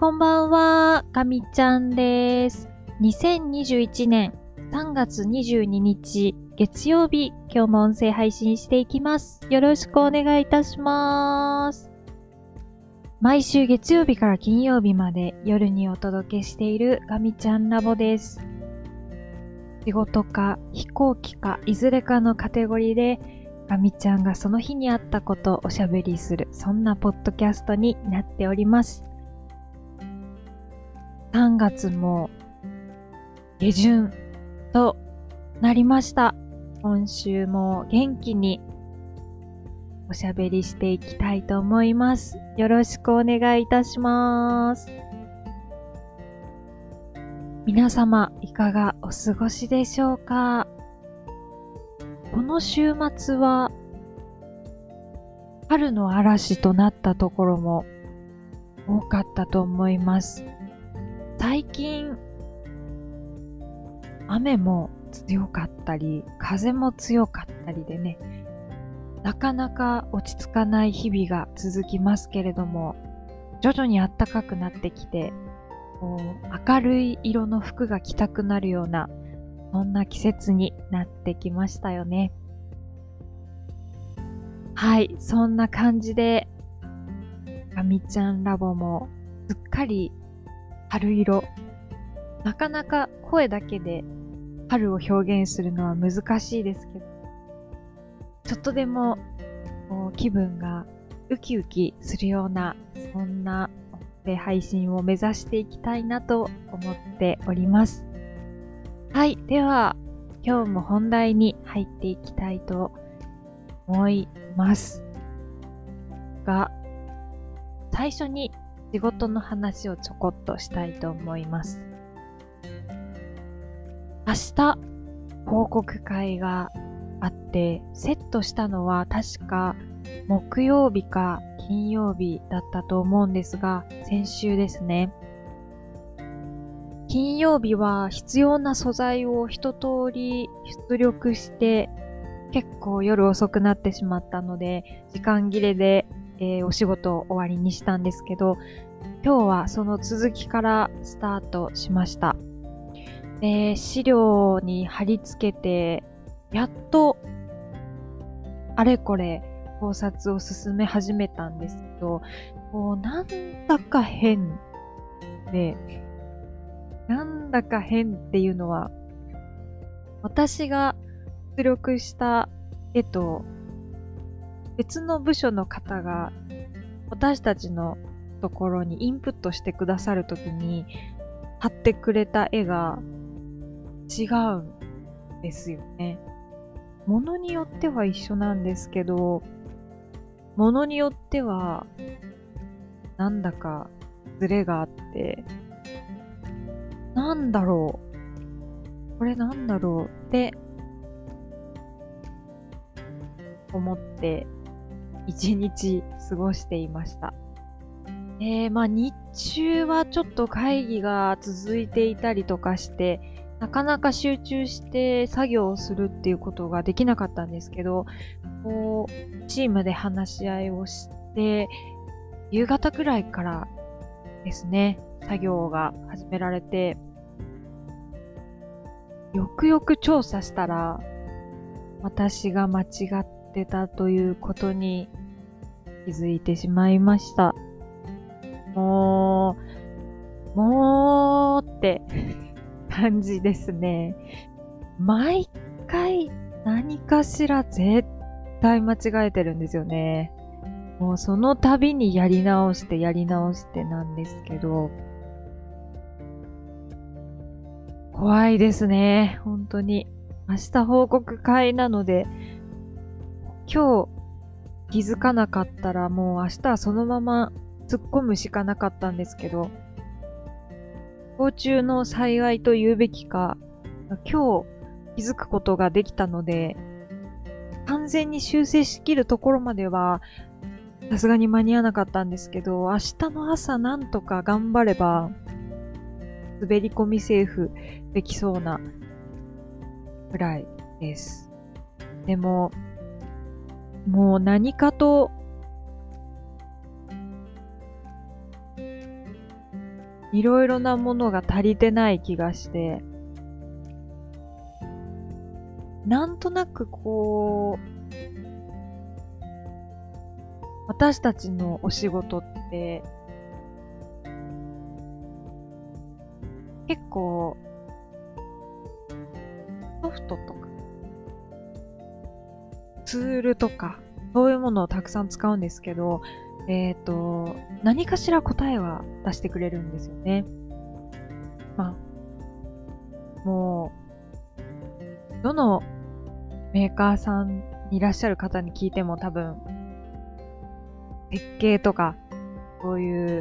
こんばんは、かみちゃんです。2021年3月22日月曜日、今日も音声配信していきます。よろしくお願いいたします。毎週月曜日から金曜日まで夜にお届けしているかみちゃんラボです。仕事か飛行機かいずれかのカテゴリーでかみちゃんがその日にあったことをおしゃべりする、そんなポッドキャストになっております。3月も下旬となりました。今週も元気におしゃべりしていきたいと思います。よろしくお願いいたします。皆様いかがお過ごしでしょうか？この週末は春の嵐となったところも多かったと思います。最近雨も強かったり風も強かったりでね、なかなか落ち着かない日々が続きますけれども、徐々に暖かくなってきて、明るい色の服が着たくなるような、そんな季節になってきましたよね。はい、そんな感じでかみちゃんラボもすっかり春色。なかなか声だけで春を表現するのは難しいですけど、ちょっとでも気分がウキウキするような、そんな音声配信を目指していきたいなと思っております。はい、では今日も本題に入っていきたいと思いますが、最初に仕事の話をちょこっとしたいと思います。明日報告会があって、セットしたのは確か木曜日か金曜日だったと思うんですが、先週ですね。金曜日は必要な素材を一通り出力して、結構夜遅くなってしまったので、時間切れで、お仕事を終わりにしたんですけど、今日はその続きからスタートしました。資料に貼り付けて、やっとあれこれ考察を進め始めたんですけど、なんだか変で、なんだか変っていうのは、私が出力した絵と別の部署の方が私たちのところにインプットしてくださるときに貼ってくれた絵が違うんですよね。ものによっては一緒なんですけど、ものによってはなんだかズレがあって、なんだろう、これなんだろうって思って一日過ごしていました。日中はちょっと会議が続いていたりとかして、なかなか集中して作業をするっていうことができなかったんですけど、チームで話し合いをして、夕方くらいからですね、作業が始められて、よくよく調査したら、私が間違ってたということに気づいてしまいました。もうって感じですね。毎回何かしら絶対間違えてるんですよね。もうその度にやり直してなんですけど、怖いですね。本当に。明日報告会なので、今日気づかなかったらもう明日はそのまま突っ込むしかなかったんですけど、不幸中の幸いと言うべきか、今日気づくことができたので、完全に修正しきるところまではさすがに間に合わなかったんですけど、明日の朝なんとか頑張れば滑り込みセーフできそうなくらいです。でも、もう何かといろいろなものが足りてない気がして、なんとなく私たちのお仕事って、結構、ソフトとか、ツールとか、そういうものをたくさん使うんですけど、何かしら答えは出してくれるんですよね。まあ、もう、どのメーカーさんにいらっしゃる方に聞いても多分、設計とか、そういう、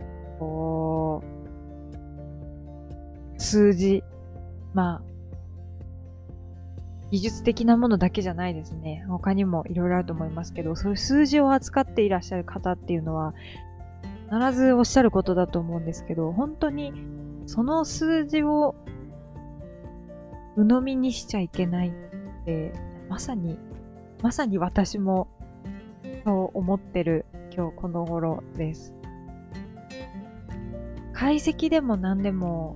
数字、まあ、技術的なものだけじゃないですね。他にもいろいろあると思いますけど、そういう数字を扱っていらっしゃる方っていうのは、必ずおっしゃることだと思うんですけど、本当にその数字を鵜呑みにしちゃいけないって、まさに私もそう思ってる今日この頃です。解析でも何でも、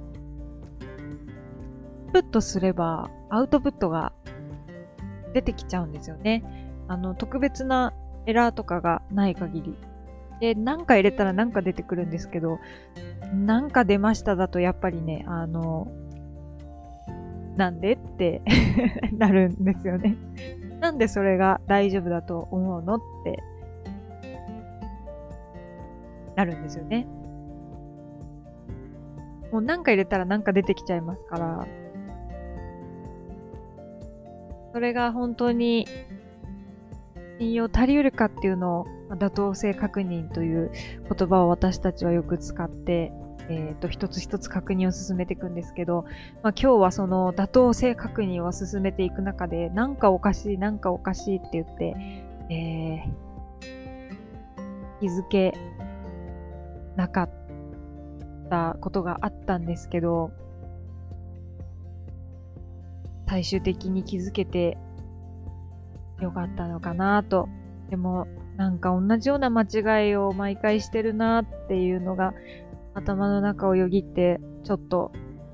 インプットすればアウトプットが出てきちゃうんですよね。特別なエラーとかがない限り。で、何か入れたら何か出てくるんですけど、何か出ましただとやっぱりね、なんでってなるんですよね。なんでそれが大丈夫だと思うのってなるんですよね。もう何か入れたら何か出てきちゃいますから、それが本当に信用足り得るかっていうのを、妥当性確認という言葉を私たちはよく使って、一つ一つ確認を進めていくんですけど、今日はその妥当性確認を進めていく中で、なんかおかしいって言って、気づけなかったことがあったんですけど、最終的に気づけてよかったのかなと。でも、なんか同じような間違いを毎回してるなっていうのが頭の中をよぎって、ちょっと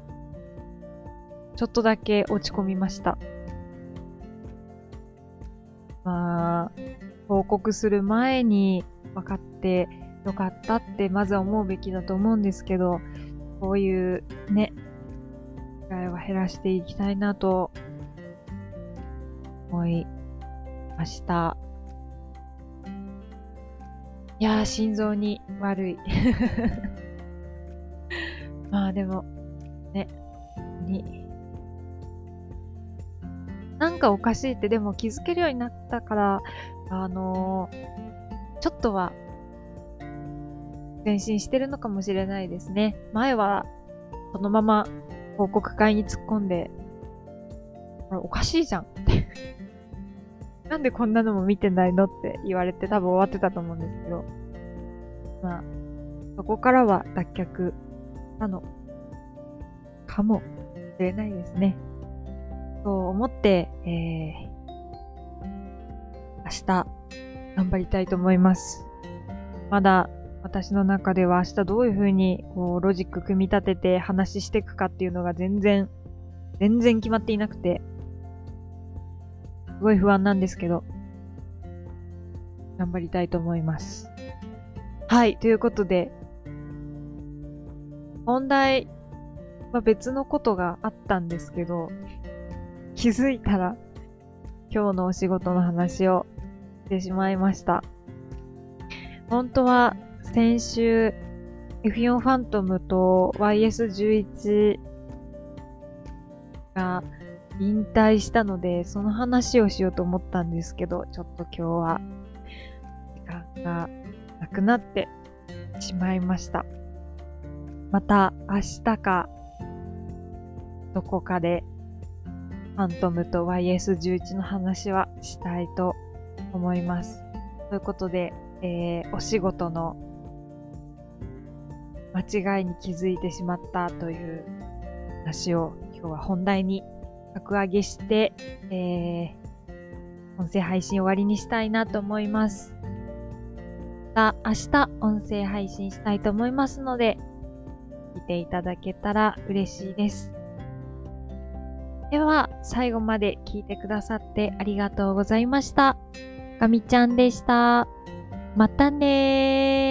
だけ落ち込みました。まあ、報告する前に分かってよかったってまずは思うべきだと思うんですけど、こういうね、機会は減らしていきたいなと思いました。いやー、心臓に悪い。まあでも、ね、なんかおかしいってでも気づけるようになったから、ちょっとは前進してるのかもしれないですね。前はそのまま報告会に突っ込んで、これおかしいじゃんって。なんでこんなのも見てないのって言われて多分終わってたと思うんですけど。まあ、そこからは脱却なのかもしれないですね。そう思って、明日頑張りたいと思います。まだ私の中では明日どういう風にロジック組み立てて話していくかっていうのが全然決まっていなくて、すごい不安なんですけど、頑張りたいと思います。はい、ということで、本題は別のことがあったんですけど、気づいたら今日のお仕事の話をしてしまいました。本当は先週 F4 ファントムと YS11 が引退したので、その話をしようと思ったんですけど、ちょっと今日は時間がなくなってしまいました。また明日かどこかでファントムと YS11 の話はしたいと思います。ということで、お仕事の間違いに気づいてしまったという話を今日は本題に格上げして、音声配信終わりにしたいなと思います。また明日音声配信したいと思いますので、 見ていただけたら嬉しいです。では、最後まで聞いてくださってありがとうございました。ガミちゃんでした。またねー。